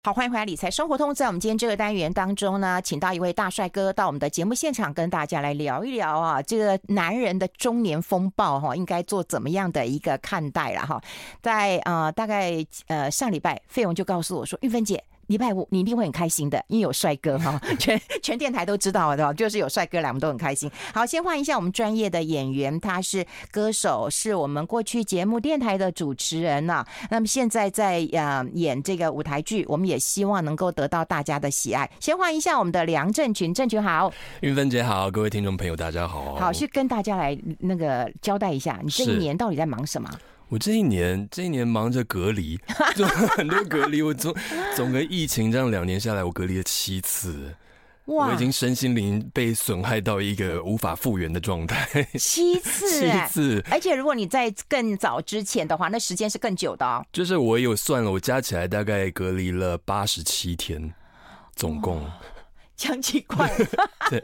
好，欢迎回来理财生活通。在我们今天这个单元当中呢，请到一位大帅哥到我们的节目现场，跟大家来聊一聊啊，这个男人的中年风暴哈，应该做怎么样的一个看待了哈。在大概上礼拜，费勇就告诉我说，韵芬姐，礼拜五你一定会很开心的，因为有帅哥哈，全电台都知道的，就是有帅哥来，我们都很开心。好，先换一下我们专业的演员，他是歌手，是我们过去节目电台的主持人啊。那么现在在演这个舞台剧，我们也希望能够得到大家的喜爱。先换一下我们的梁振群，振群好， 韵芬姐好，各位听众朋友大家好。 好，是跟大家来那个交代一下，你这一年到底在忙什么？ 我这一年忙着隔离，做了很多隔离。我总个疫情这样2年下来，我隔离了7次。哇！我已经身心灵被损害到一个无法复原的状态。 7次 ，7次。 而且如果你在更早之前的话，那时间是更久的哦。 就是我有算了，我加起来大概隔离了87天，总共。 将近快对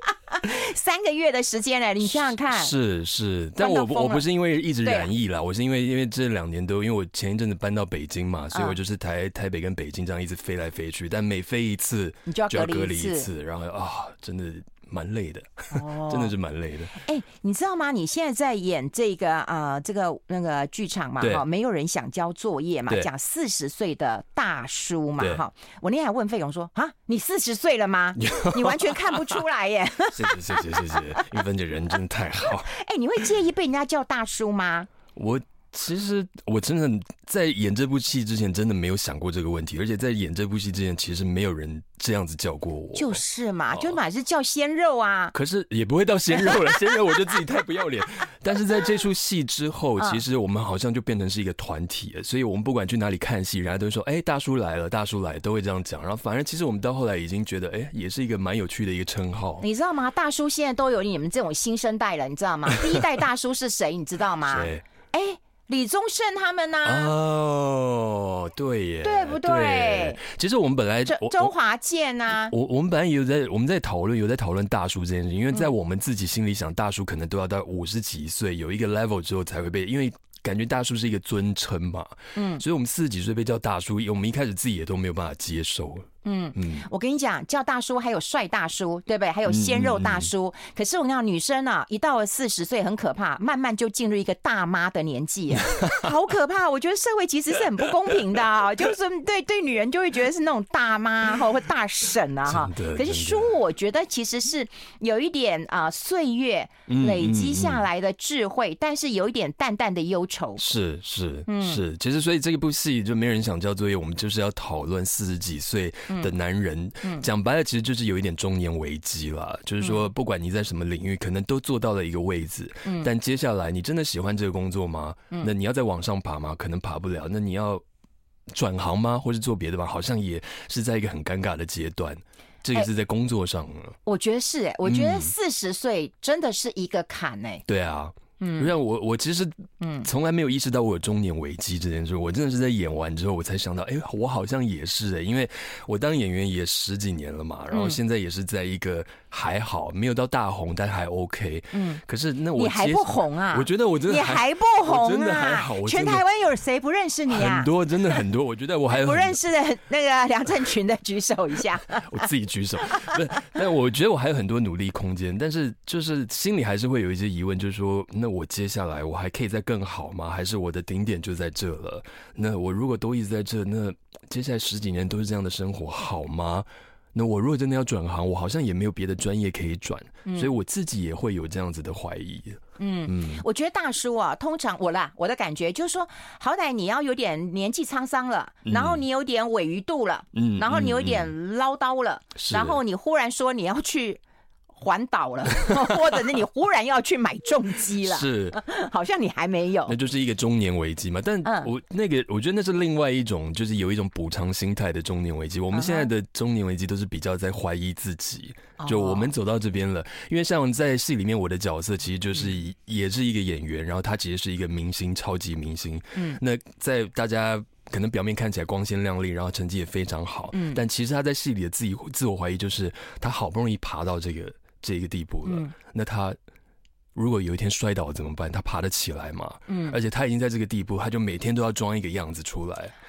3个月的时间了，你想想看。 是，但我不是因为一直染疫啦，我是因为这2年都因为我前一阵子搬到北京嘛，所以我就是台北跟北京这样一直飞来飞去，但每飞一次你就要隔离一次，然后真的蛮累的，真的是蛮累的。 你知道吗？你现在在演这个那个剧场嘛，哈，没有人想交作业嘛，讲40岁的大叔嘛，哈。我那天还问费勇说啊，你40岁了吗？你完全看不出来耶。 谢谢，韵芬姐人真的太好。 你会介意被人家叫大叔吗？ 其实我真的在演这部戏之前真的没有想过这个问题，而且在演这部戏之前其实没有人这样子叫过我。就是嘛，就满是叫鲜肉啊。可是也不会到鲜肉了，鲜肉我就自己太不要脸。但是在这出戏之后，其实我们好像就变成是一个团体了，所以我们不管去哪里看戏，人家都会说大叔来了，大叔来了，都会这样讲。然后反而其实我们到后来已经觉得也是一个蛮有趣的一个称号。你知道吗？大叔现在都有你们这种新生代了，你知道吗？第一代大叔是谁？你知道吗？谁？李宗盛他们呢？对耶，对不对？其实我们本来周华健啊，我们本来有在讨论大叔这件事情，因为在我们自己心里想，大叔可能都要到50几岁有一个 level 之后才会被，因为感觉大叔是一个尊称嘛，所以我们40几岁被叫大叔，我们一开始自己也都没有办法接受。我跟你讲，叫大叔还有帅大叔，对不对？还有鲜肉大叔。可是我跟你讲，女生啊，一到了40岁很可怕，慢慢就进入一个大妈的年纪，好可怕！我觉得社会其实是很不公平的啊，就是对女人就会觉得是那种大妈或大婶啊哈。可是书我觉得其实是有一点岁月累积下来的智慧，但是有一点淡淡的忧愁。是，其实所以这部戏就没人想交作业，我们就是要讨论40几岁的男人，讲白了其实就是有一点中年危机啦，就是说不管你在什么领域可能都做到了一个位置，但接下来你真的喜欢这个工作吗？那你要再往上爬吗？可能爬不了。那你要转行吗？或是做别的吗？好像也是在一个很尴尬的阶段。这个是在工作上了，我觉得是我觉得40岁真的是一个坎对啊。让我其实从来没有意识到我有中年危机这件事，我真的是在演完之后我才想到，我好像也是因为我当演员也10几年了嘛，然后现在也是在一个还好没有到大红但还 OK，可是那我你还不红啊？我觉得我真的你还不红啊？我真的还好，全台湾有谁不认识你啊？很多，真的很多。我觉得我还不认识的那个梁振群的举手一下，我自己举手。但我觉得我还有很多努力空间，但是就是心里还是会有一些疑问，就是说那我接下来我还可以再更好吗？还是我的顶点就在这了？那我如果都一直在这，那接下来10几年都是这样的生活好吗？那我如果真的要转行，我好像也没有别的专业可以转，所以我自己也会有这样子的怀疑。我觉得大叔啊，通常我的感觉就是说，好歹你要有点年纪沧桑了，然后你有点萎余度了，然后你有点唠叨了，然后你忽然说你要去环岛了，或者是你忽然要去买重机了，是，好像你还没有，那就是一个中年危机嘛。但我觉得那是另外一种，就是有一种补偿心态的中年危机。我们现在的中年危机都是比较在怀疑自己，就我们走到这边了。因为像在戏里面，我的角色其实就是也是一个演员，然后他其实是一个明星，超级明星。那在大家可能表面看起来光鲜亮丽，然后成绩也非常好，但其实他在戏里的自我怀疑就是他好不容易爬到这个地步了，那他如果有一天摔倒怎么办？他爬得起来吗？而且他已经在这个地步，他就每天都要装一个样子出来。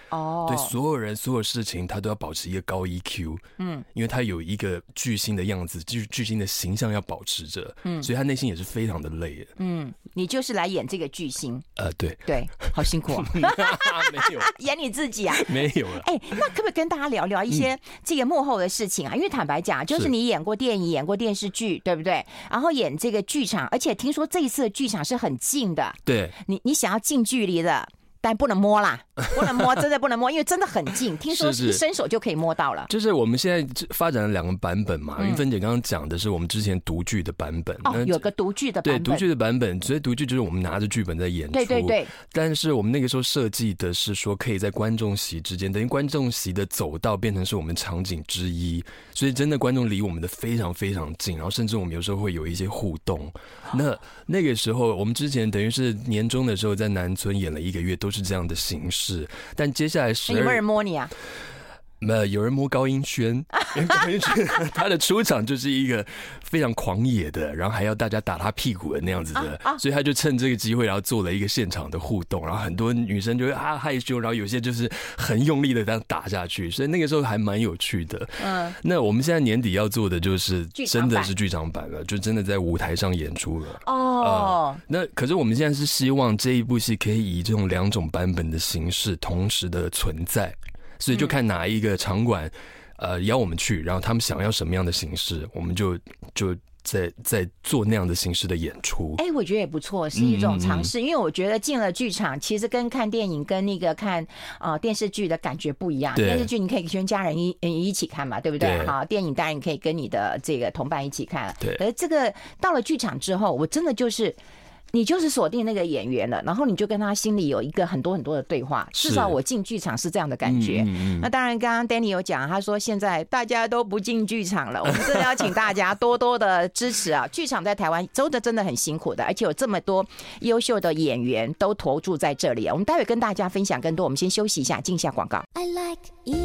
对所有人所有事情他都要保持一个高 EQ， 因为他有一个巨星的样子，巨星的形象要保持着，所以他内心也是非常的累的。 你就是来演这个巨星， 对， 好辛苦没有演你自己啊， 没有了。 那可不可以跟大家聊聊一些这个幕后的事情啊？因为坦白讲，就是你演过电影，演过电视剧，对不对？然后演这个剧场，而且听说这一次的剧场是很近的， 对， 你想要近距离的。但不能摸啦，不能摸，真的不能摸，因为真的很近，听说一伸手就可以摸到了。 就是我们现在发展了2个版本嘛，云芬姐刚刚讲的是我们之前读剧的版本， 有个读剧的版本， 对，读剧的版本，所以读剧就是我们拿着剧本在演出， 对。 但是我们那个时候设计的是说，可以在观众席之间，等于观众席的走道变成是我们场景之一，所以真的观众离我们的非常非常近，然后甚至我们有时候会有一些互动。那个时候，我们之前等于是年终的时候在南村演了1个月，都是这样的形式，但接下来有没有人摸你啊？ 有人摸高英轩，高英轩他的出场就是一个非常狂野的，然后还要大家打他屁股的那样子的，所以他就趁这个机会，然后做了一个现场的互动，然后很多女生就会害羞，然后有些就是很用力的这样打下去，所以那个时候还蛮有趣的。那我们现在年底要做的就是真的是剧场版了，就真的在舞台上演出了。那可是我们现在是希望这一部戏可以以这种2种版本的形式同时的存在。所以就看哪一个场馆，邀我们去，然后他们想要什么样的形式，我们就在做那样的形式的演出。 我觉得也不错，是一种尝试。因为我觉得进了剧场，其实跟看电影跟那个看电视剧的感觉不一样。电视剧你可以跟家人一起看嘛，对不对？好，电影当然你可以跟你的这个同伴一起看。 对。 而这个到了剧场之后，我真的就是你就是锁定那个演员了，然后你就跟他心里有一个很多很多的对话。至少我进剧场是这样的感觉。那当然，刚刚 Danny 有讲，他说现在大家都不进剧场了，我们真的要请大家多多的支持啊！剧场在台湾真的很辛苦的，而且有这么多优秀的演员都投注在这里啊。我们待会跟大家分享更多，我们先休息一下，进一下广告。I like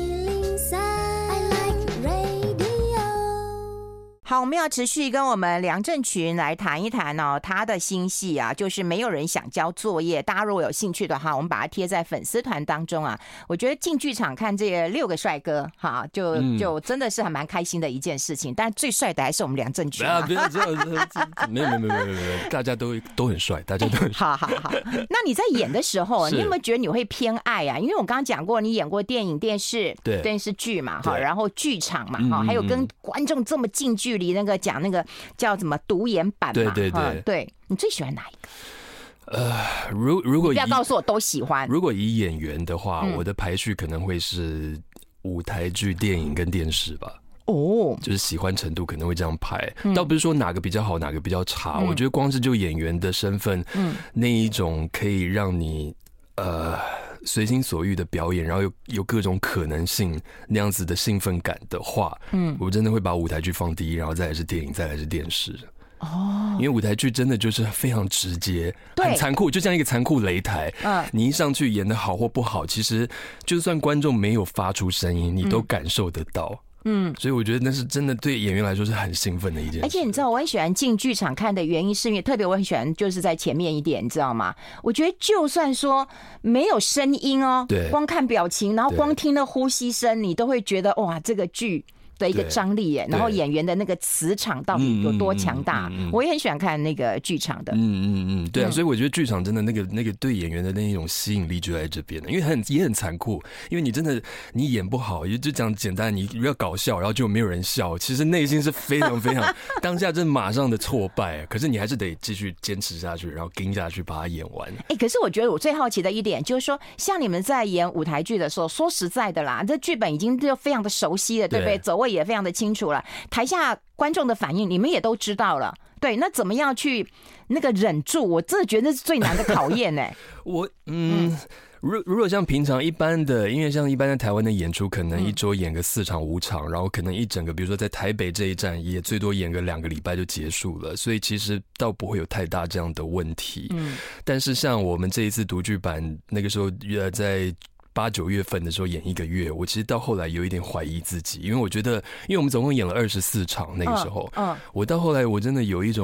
好，我们要持续跟我们梁正群来谈一谈他的新戏啊，就是没有人想交作业。大家如果有兴趣的话，我们把它贴在粉丝团当中啊。我觉得进剧场看这6个帅哥哈，就真的是还蛮开心的一件事情。但最帅的还是我们梁正群不要这样，没有，大家都很帅，大家都很帅。 好。那你在演的时候，你有没有觉得你会偏爱啊？因为我刚刚讲过，你演过电影、电视剧嘛，哈，然后剧场嘛，哈，还有跟观众这么近距离。那个讲那个叫什么独演版嘛？对，你最喜欢哪一个？ 如果不要告诉我都喜欢。 如果以演员的话，我的排序可能会是舞台剧、电影跟电视吧。就是喜欢程度可能会这样排，倒不是说哪个比较好，哪个比较差。我觉得光是就演员的身份，那一种可以让你随心所欲的表演，然后有各种可能性那样子的兴奋感的话，我真的会把舞台剧放第一，然后再来是电影，再来是电视。因为舞台剧真的就是非常直接，很残酷，就像一个残酷擂台。你一上去演得好或不好，其实就算观众没有发出声音，你都感受得到。所以我觉得那是真的对演员来说是很兴奋的一件事。 而且你知道我很喜欢进剧场看的原因是因为特别我很喜欢就是在前面一点，你知道吗？我觉得就算说没有声音对， 光看表情，然后光听那呼吸声，你都会觉得哇，这个剧的一个张力耶，然后演员的那个磁场到底有多强大，我也很喜欢看那个剧场的。 对啊，所以我觉得剧场真的那个对演员的那种吸引力就在这边了，因为也很残酷，因为你真的你演不好，也就讲简单，你要搞笑，然后就没有人笑，其实内心是非常非常当下真马上的挫败，可是你还是得继续坚持下去，然后跟下去把它演完。 可是我觉得我最好奇的一点就是说，像你们在演舞台剧的时候，说实在的啦，这剧本已经就非常的熟悉了，对不对？走位也非常的清楚了，台下观众的反应你们也都知道了，对，那怎么样去那个忍住？我真的觉得那是最难的考验呢。 如果像平常一般的，因为像一般在台湾的演出，可能一周演个4场5场，然后可能一整个，比如说在台北这一站，也最多演个2个礼拜就结束了，所以其实倒不会有太大这样的问题。但是像我们这一次读剧版，那个时候在8、9月份的时候演1个月，我其实到后来有一点怀疑自己，因为我觉得，因为我们总共演了24场，那个时候，我到后来我真的有一种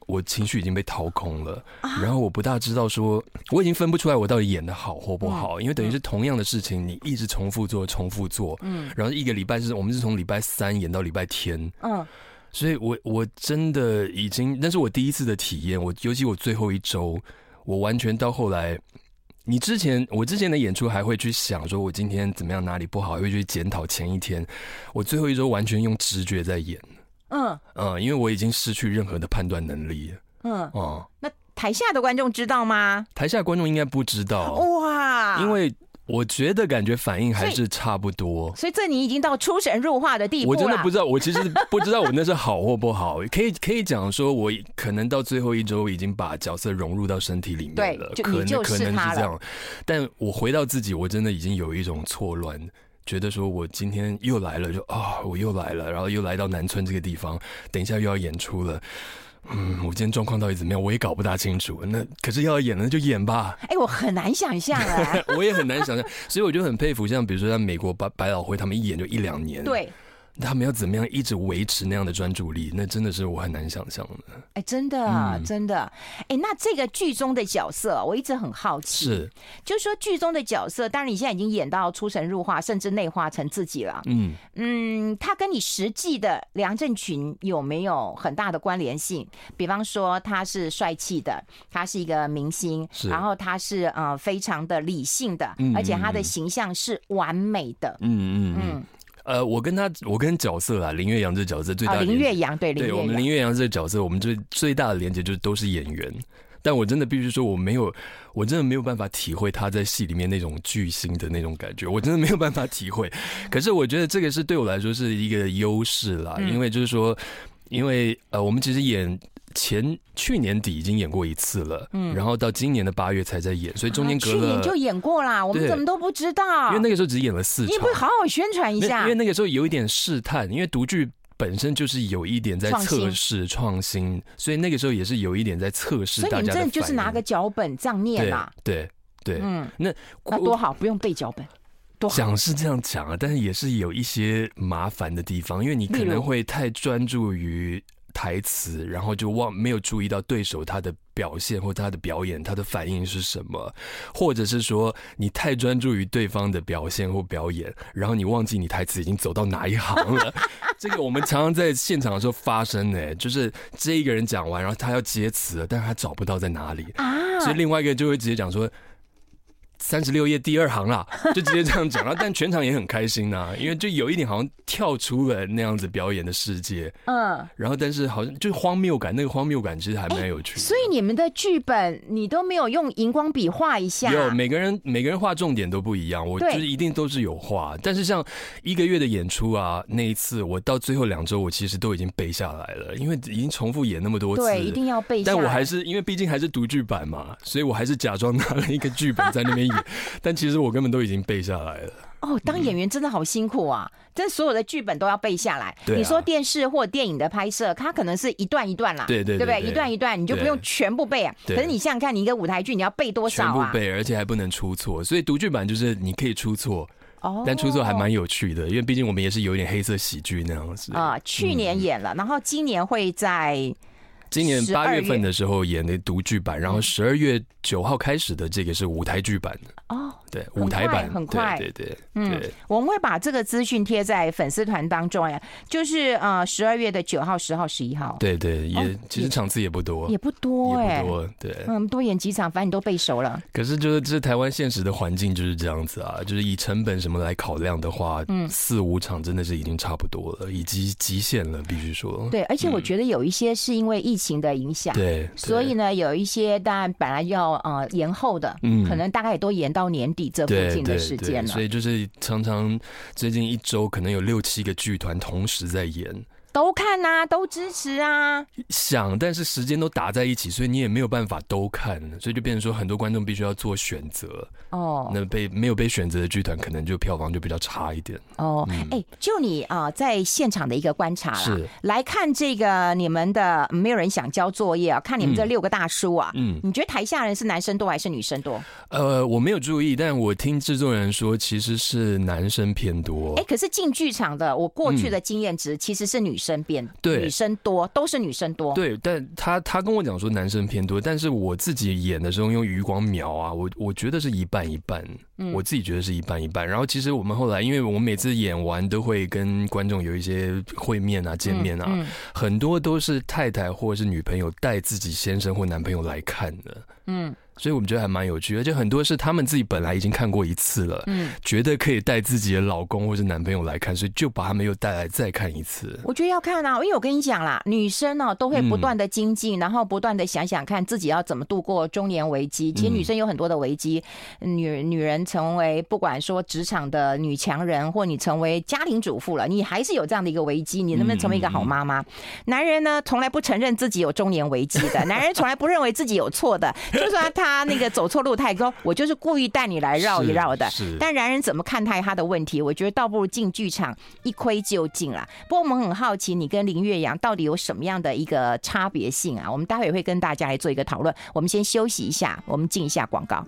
我情绪已经被掏空了，然后我不大知道说，我已经分不出来我到底演得好或不好，因为等于是同样的事情，你一直重复做，然后一个礼拜我们是从礼拜3演到礼拜天，所以我真的已经，那是我第一次的体验，尤其我最后一周，我完全到后来。我之前的演出还会去想说我今天怎么样哪里不好，还会去检讨前一天。我最后一周完全用直觉在演，因为我已经失去任何的判断能力。 那台下的观众知道吗？ 台下观众应该不知道。哇，因为我觉得感觉反应还是差不多， 所以这你已经到出神入化的地步了。 我真的不知道，我其实不知道我那是好或不好。可以讲说，我可能到最后一周已经把角色融入到身体里面了，可能是这样。但我回到自己，我真的已经有一种错乱，觉得说我今天又来了，我又来了，然后又来到南村这个地方，等一下又要演出了。我今天状况到底怎么样？我也搞不大清楚。那可是要演了就演吧。 我很难想象我也很难想象，所以我就很佩服，像比如说像美国百老汇，他们一演就1-2年。 对。 他们要怎么样一直维持那样的专注力，那真的是我很难想象的。 真的真的。那这个剧中的角色我一直很好奇， 是就是说剧中的角色，当然你现在已经演到出神入化，甚至内化成自己了。他跟你实际的梁振群有没有很大的关联性？比方说他是帅气的，他是一个明星，然后他是非常的理性的，而且他的形象是完美的。 我跟角色啦，林月阳这角色最大的林月阳对我们林月阳这个角色，我们最大的连结就是都是演员。但我真的必须说，我真的没有办法体会他在戏里面那种巨星的那种感觉，我真的没有办法体会。可是我觉得这个是对我来说是一个优势啦，因为就是说，我们其实去年底已经演过一次了，然后到今年的8月才在演，所以中间隔了。去年就演过啦，我们怎么都不知道？ 因为那个时候只演了4场， 你不好好宣传一下？ 因为那个时候有一点试探，因为读剧本身就是有一点在测试创新，所以那个时候也是有一点在测试大家的反应。所以你们真的就是拿个脚本这样念啦？ 对，那多好，不用背脚本。 讲是这样讲啊，但是也是有一些麻烦的地方，因为你可能会太专注于台词，然后就没有注意到对手他的表现或他的表演，他的反应是什么，或者是说你太专注于对方的表现或表演，然后你忘记你台词已经走到哪一行了。这个我们常常在现场的时候发生就是这一个人讲完，然后他要接词了，但是他找不到在哪里所以另外一个就会直接讲说36页第2行啦，就直接这样讲了。但全场也很开心因为就有一点好像跳出了那样子表演的世界。然后但是好像就荒谬感，那个荒谬感其实还蛮有趣的。 所以你们的剧本你都没有用荧光笔画一下？ 有，每个人画重点都不一样，我就是一定都是有画。但是像1个月的演出啊，那一次我到最后2周，我其实都已经背下来了，因为已经重复演那么多次， 对，一定要背下来。 但我还是因为毕竟还是读剧版嘛，所以我还是假装拿了一个剧本在那边演。但其实我根本都已经背下来了。 当演员真的好辛苦啊！真所有的剧本都要背下来。你说电视或电影的拍摄，它可能是一段一段啦，对不对？一段一段，你就不用全部背啊。可是你想想看，你一个舞台剧你要背多少啊？ 全部背，而且还不能出错。所以读剧版就是你可以出错。但出错还蛮有趣的，因为毕竟我们也是有一点黑色喜剧那样子去年演了，然后今年会在今年8月份的时候演的读剧版，然后12月9号开始的这个是舞台剧版对，舞台版很快， 对， 我们会把这个资讯贴在粉丝团当中就是12月的9号、10号、11号， 对，其实场次也不多， 也不多， 对， 多演几场，反正你都背熟了。 可是就是这台湾现实的环境就是这样子就是以成本什么来考量的话，4-5场真的是已经差不多了，以及极限了，必须说。 对，而且我觉得有一些是因为疫情的影响， 对， 所以呢，有一些当然本来要延后的，可能大概也都延到年底这附近的时间了。 所以就是常常最近1周可能有6-7个剧团同时在演， 都看都支持但是时间都打在一起，所以你也没有办法都看，所以就变成说很多观众必须要做选择那没有被选择的剧团可能就票房就比较差一点就你在现场的一个观察啦，来看这个你们的没有人想交作业看你们这6个大叔你觉得台下人是男生多还是女生多？ 我没有注意，但我听制作人说其实是男生偏多。 可是进剧场的我过去的经验值其实是女生生变， 对， 女生多，都是女生多。 对，但他跟我讲说男生偏多，但是我自己演的时候用余光瞄啊，我觉得是一半一半，我自己觉得是一半一半。然后其实我们后来，因为我们每次演完都会跟观众有一些会面啊、见面啊，很多都是太太或者是女朋友带自己先生或男朋友来看的，所以我们觉得还蛮有趣的，而且很多是他们自己本来已经看过一次了，觉得可以带自己的老公或是男朋友来看，所以就把他们又带来再看一次。 我觉得要看啊，因为我跟你讲啦，女生哦都会不断的精进，然后不断的想想看自己要怎么度过中年危机。其实女生有很多的危机，女人成为不管说职场的女强人，或你成为家庭主妇了，你还是有这样的一个危机，你能不能成为一个好妈妈？男人呢从来不承认自己有中年危机的，男人从来不认为自己有错的，就算他那个走错路，他也说我就是故意带你来绕一绕的。但男人怎么看待他的问题，我觉得倒不如进剧场一窥究竟啦。不过我们很好奇，你跟林月阳到底有什么样的一个差别性啊？我们待会也会跟大家来做一个讨论。我们先休息一下，我们进一下广告。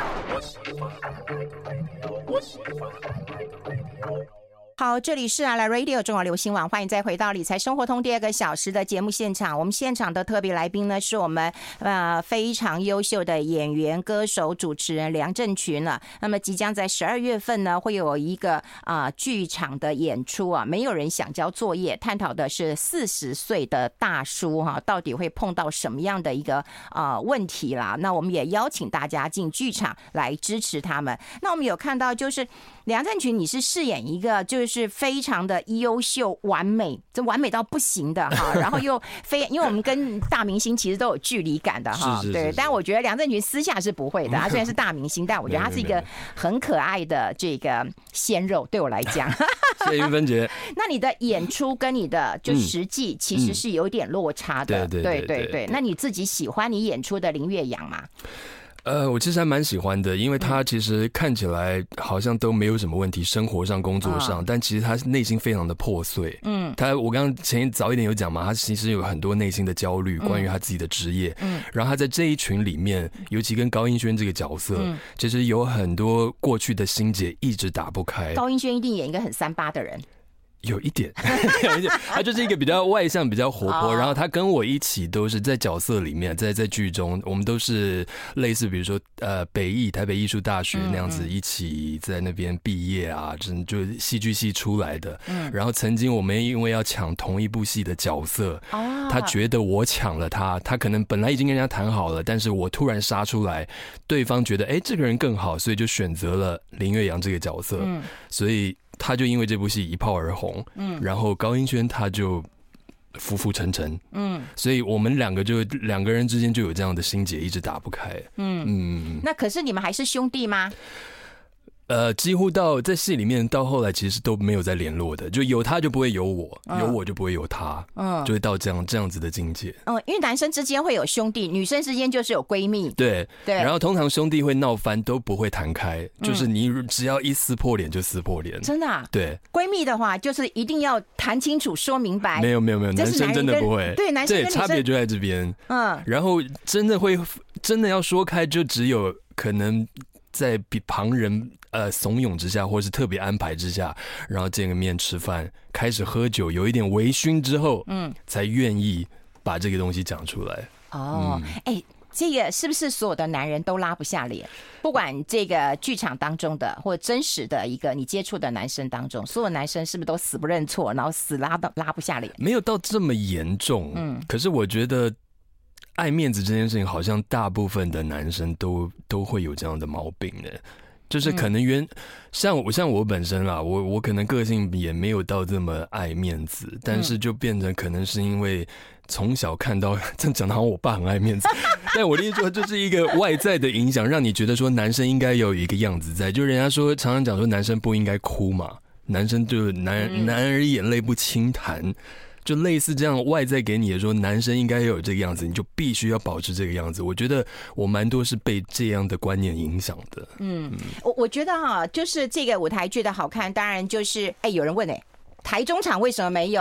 好，这里是来 Radio 中华流行网，欢迎再回到理财生活通第2个小时的节目现场。我们现场的特别来宾呢，是我们非常优秀的演员、歌手、主持人梁振群了。那么即将在12月份呢，会有一个剧场的演出啊，没有人想交作业，探讨的是40岁的大叔哈，到底会碰到什么样的一个问题啦？那我们也邀请大家进剧场来支持他们。那我们有看到就是梁振群，你是饰演一个就是非常的优秀、完美，这完美到不行的哈，然后又因为我们跟大明星其实都有距离感的哈，对。但我觉得梁振群私下是不会的，他虽然是大明星，但我觉得他是一个很可爱的这个鲜肉，对我来讲。 谢谢云芬姐。 那你的演出跟你的就实际其实是有点落差的，对。那你自己喜欢你演出的林月阳吗？ 我其实还蛮喜欢的，因为他其实看起来好像都没有什么问题，生活上、工作上，但其实他内心非常的破碎。我刚刚早一点有讲嘛，他其实有很多内心的焦虑，关于他自己的职业。然后他在这一群里面，尤其跟高英轩这个角色，其实有很多过去的心结一直打不开。 高英轩一定演一个很38的人。 有一点，他就是一个比较外向、比较活泼，然后他跟我一起都是在角色里面，在剧中，我们都是类似，比如说台北艺术大学那样子，一起在那边毕业啊，就戏剧系出来的。然后曾经我们因为要抢同一部戏的角色，他觉得我抢了他可能本来已经跟人家谈好了，但是我突然杀出来，对方觉得这个人更好，所以就选择了林月阳这个角色，所以他就因为这部戏一炮而红，然后高英轩他就浮浮沉沉，所以我们两个人之间就有这样的心结一直打不开， 那可是你们还是兄弟吗？ 几乎在戏里面到后来其实都没有再联络的，就有他就不会有我，有我就不会有他，就会到这样子的境界。 因为男生之间会有兄弟，女生之间就是有闺蜜。 对。然后通常兄弟会闹翻都不会谈开，就是你只要一撕破脸就撕破脸。 真的啊？ 对。 闺蜜的话就是一定要谈清楚说明白。 没有，男生真的不会。 对，男生跟女生差别就在这边。然后真的要说开，就只有可能在旁人怂恿之下，或是特别安排之下，然后见个面吃饭，开始喝酒，有一点微醺之后，才愿意把这个东西讲出来。 这个是不是所有的男人都拉不下脸？不管这个剧场当中的或者真实的一个你接触的男生当中，所有男生是不是都死不认错，然后死拉不下脸？ 没有到这么严重，可是我觉得爱面子这件事情，好像大部分的男生都会有这样的毛病的。就是可能像我本身啦，我可能个性也没有到这么爱面子，但是就变成可能是因为从小看到，这样讲的好像我爸很爱面子，但我的意思说，就是一个外在的影响，让你觉得说男生应该有一个样子在，就人家说常常讲说男生不应该哭嘛，男生就男儿眼泪不轻弹。就类似这样外在给你的说，男生应该有这个样子，你就必须要保持这个样子。我觉得我蛮多是被这样的观念影响的。 我觉得就是这个舞台剧的好看，当然就是有人问台中场为什么没有？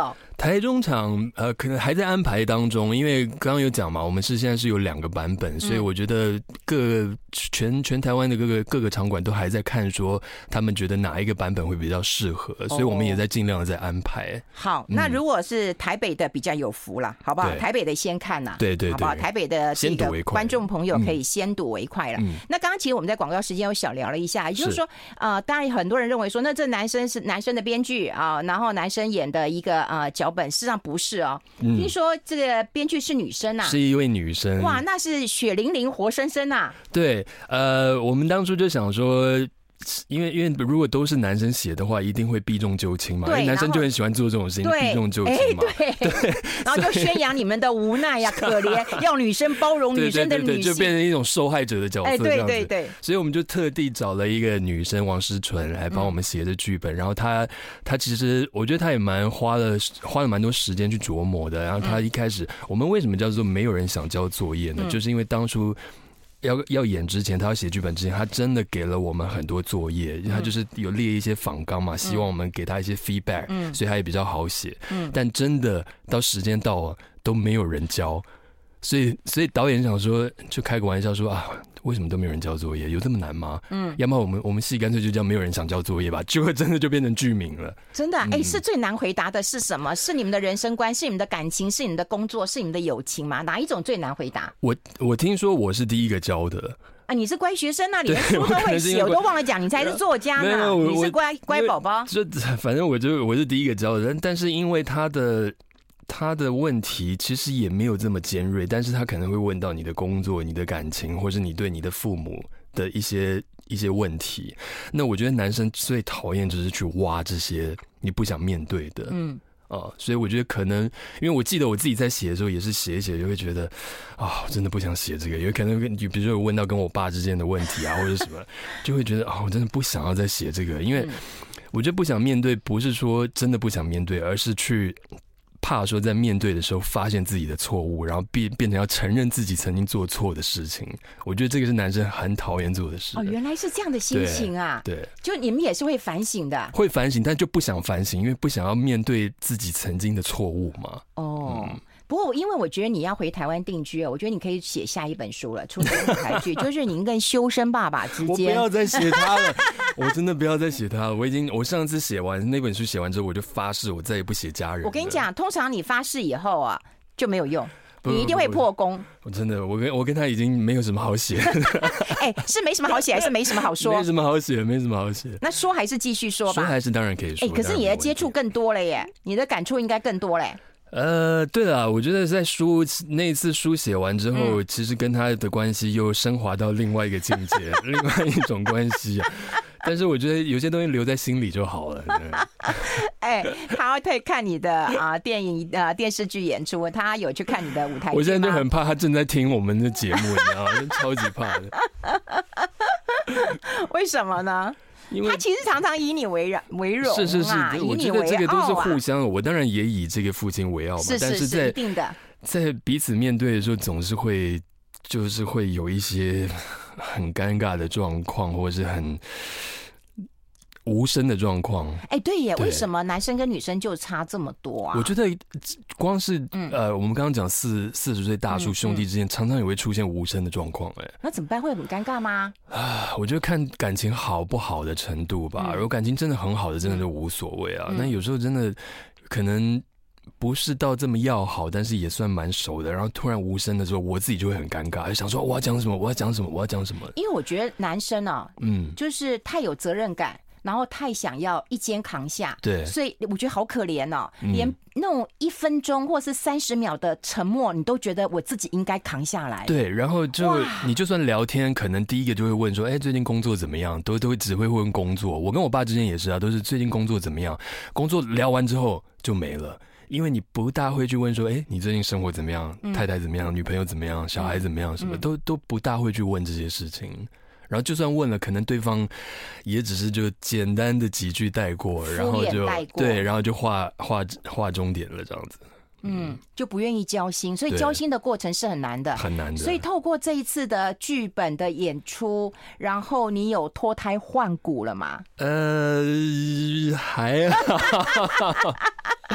台中场可能还在安排当中，因为刚刚有讲嘛，我们现在是有2个版本，所以我觉得全台湾的各个场馆都还在看说他们觉得哪一个版本会比较适合，所以我们也在尽量的在安排。 好，那如果是台北的比较有福了，好不好？台北的先看呐， 对， 好不好？台北的这个观众朋友可以先睹为快了。那刚刚其实我们在广告时间有小聊了一下，也就是说，当然很多人认为说，那这男生是男生的编剧啊，然后男生演的一个脚本，事实上不是哦。听说这个编剧是女生啊， 是一位女生。 哇，那是血淋淋、活生生啊。 对，我们当初就想说。因为如果都是男生写的话，一定会避重就轻嘛。因为男生就很喜欢做这种事情，避重就轻嘛。 对，然后就宣扬你们的无奈呀、可怜，要女生包容女生的女性， 就变成一种受害者的角色。 对。 所以我们就特地找了一个女生王诗纯来帮我们写的剧本，然后她其实我觉得她也花了蛮多时间去琢磨的。然后她一开始，我们为什么叫做没有人想交作业呢？就是因为当初。要演之前，他要写剧本之前，他真的给了我们很多作业，他就是有列一些访纲嘛，希望我们给他一些 feedback，所以他也比较好写。但真的到时间到了都没有人交，所以导演想说，就开个玩笑说啊，为什么都没有人交作业？有这么难吗？要么我们戏干脆就叫没有人想交作业吧，结果真的就变成剧名了。 真的，是最难回答的是什么？是你们的人生观，是你们的感情，是你们的工作，是你们的友情吗？哪一种最难回答？ 我听说我是第一个交的。 你是乖学生啊，你连书都会写，我都忘了讲，你才是作家呢。你是乖宝宝。 反正我是第一个交的，但是因为他的问题其实也没有这么尖锐，但是他可能会问到你的工作、你的感情，或是你对你的父母的一些问题。那我觉得男生最讨厌就是去挖这些你不想面对的。所以我觉得可能，因为我记得我自己在写的时候也是写一写就会觉得真的不想写这个，有可能比如说有问到跟我爸之间的问题啊或者什么，就会觉得我真的不想要再写这个，因为我觉得不想面对不是说真的不想面对，而是去怕说在面对的时候发现自己的错误，然后变成要承认自己曾经做错的事情。我觉得这个是男生很讨厌做的事。 原来是这样的心情啊！ 对， 就你们也是会反省的， 会反省，但就不想反省，因为不想要面对自己曾经的错误嘛。 不过，因为我觉得你要回台湾定居，我觉得你可以写下一本书了，出舞台剧，就是您跟修身爸爸之间。 我不要再写他了，我真的不要再写他了。我上次写完那本书写完之后，我就发誓我再也不写家人。 我跟你讲，通常你发誓以后啊就没有用，你一定会破功。 我真的，我跟他已经没有什么好写。 是没什么好写，还是没什么好说？ 没什么好写，没什么好写。 那说还是继续说吧。 说还是当然可以说。 可是你的接触更多了耶，你的感触应该更多嘞。 对了，我觉得在那一次书写完之后，其实跟他的关系又升华到另外一个境界，另外一种关系。但是我觉得有些东西留在心里就好了。 他会看你的电影电视剧演出，他有去看你的舞台剧吗？ 我现在就很怕他正在听我们的节目，你知道吗？超级怕的。 为什么呢？因为他其实常常以你为荣是，我觉得这个都是互相的。我当然也以这个父亲为傲嘛，但是一定的， 在彼此面对的时候，总是会有一些很尴尬的状况，或者是很无声的状况。 对耶，为什么男生跟女生就差这么多啊？ 我觉得光是我们刚刚讲40岁大叔兄弟之间，常常也会出现无声的状况。 那怎么办？会很尴尬吗？ 我觉得看感情好不好的程度吧。如果感情真的很好的，真的就无所谓啊。那有时候真的可能不是到这么要好，但是也算蛮熟的，然后突然无声的时候，我自己就会很尴尬，就想说我要讲什么，我要讲什么，我要讲什么。因为我觉得男生就是太有责任感。然后太想要一肩扛下， 对， 所以我觉得好可怜哦，连那种1分钟或是30秒的沉默，你都觉得我自己应该扛下来。 对，然后你就算聊天，可能第一个就会问说，最近工作怎么样？都只会问工作。我跟我爸之间也是啊，都是最近工作怎么样？工作聊完之后就没了，因为你不大会去问说，你最近生活怎么样？太太怎么样？女朋友怎么样？小孩怎么样？什么都不大会去问这些事情。然后就算问了，可能对方也只是就简单的几句带过，然后就对，然后就画终点了这样子。 就不愿意交心，所以交心的过程是很难的， 很难的。 所以透过这一次的剧本的演出，然后你有脱胎换骨了吗？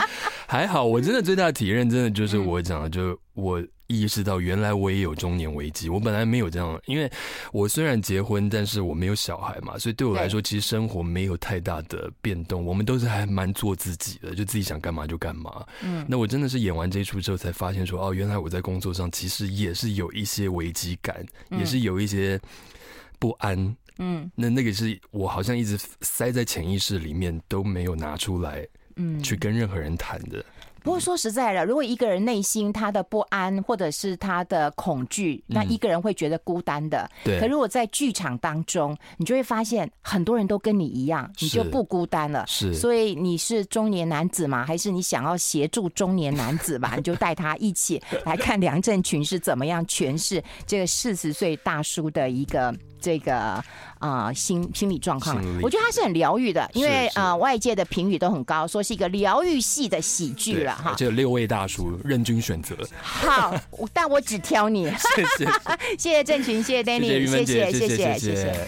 还好，我真的最大的体验真的就是我讲的，就我意识到原来我也有中年危机。我本来没有这样，因为我虽然结婚，但是我没有小孩嘛，所以对我来说，其实生活没有太大的变动。我们都是还蛮做自己的，就自己想干嘛就干嘛。那我真的是演完这一出之后，才发现说，哦，原来我在工作上其实也是有一些危机感，也是有一些不安。那个是我好像一直塞在潜意识里面，都没有拿出来，去跟任何人谈的。 不过说实在的，如果一个人内心他的不安或者是他的恐惧，那一个人会觉得孤单的。可如果在剧场当中，你就会发现很多人都跟你一样，你就不孤单了。所以你是中年男子吗？还是你想要协助中年男子吧？你就带他一起来看梁振群是怎么样诠释这个40岁大叔的一个这个心理状况。我觉得他是很疗愈的，因为外界的评语都很高，说是一个疗愈系的喜剧了哈。 这有6位大叔任君选择。 好，但我只挑你。谢谢振群，谢谢 Danny， 谢谢。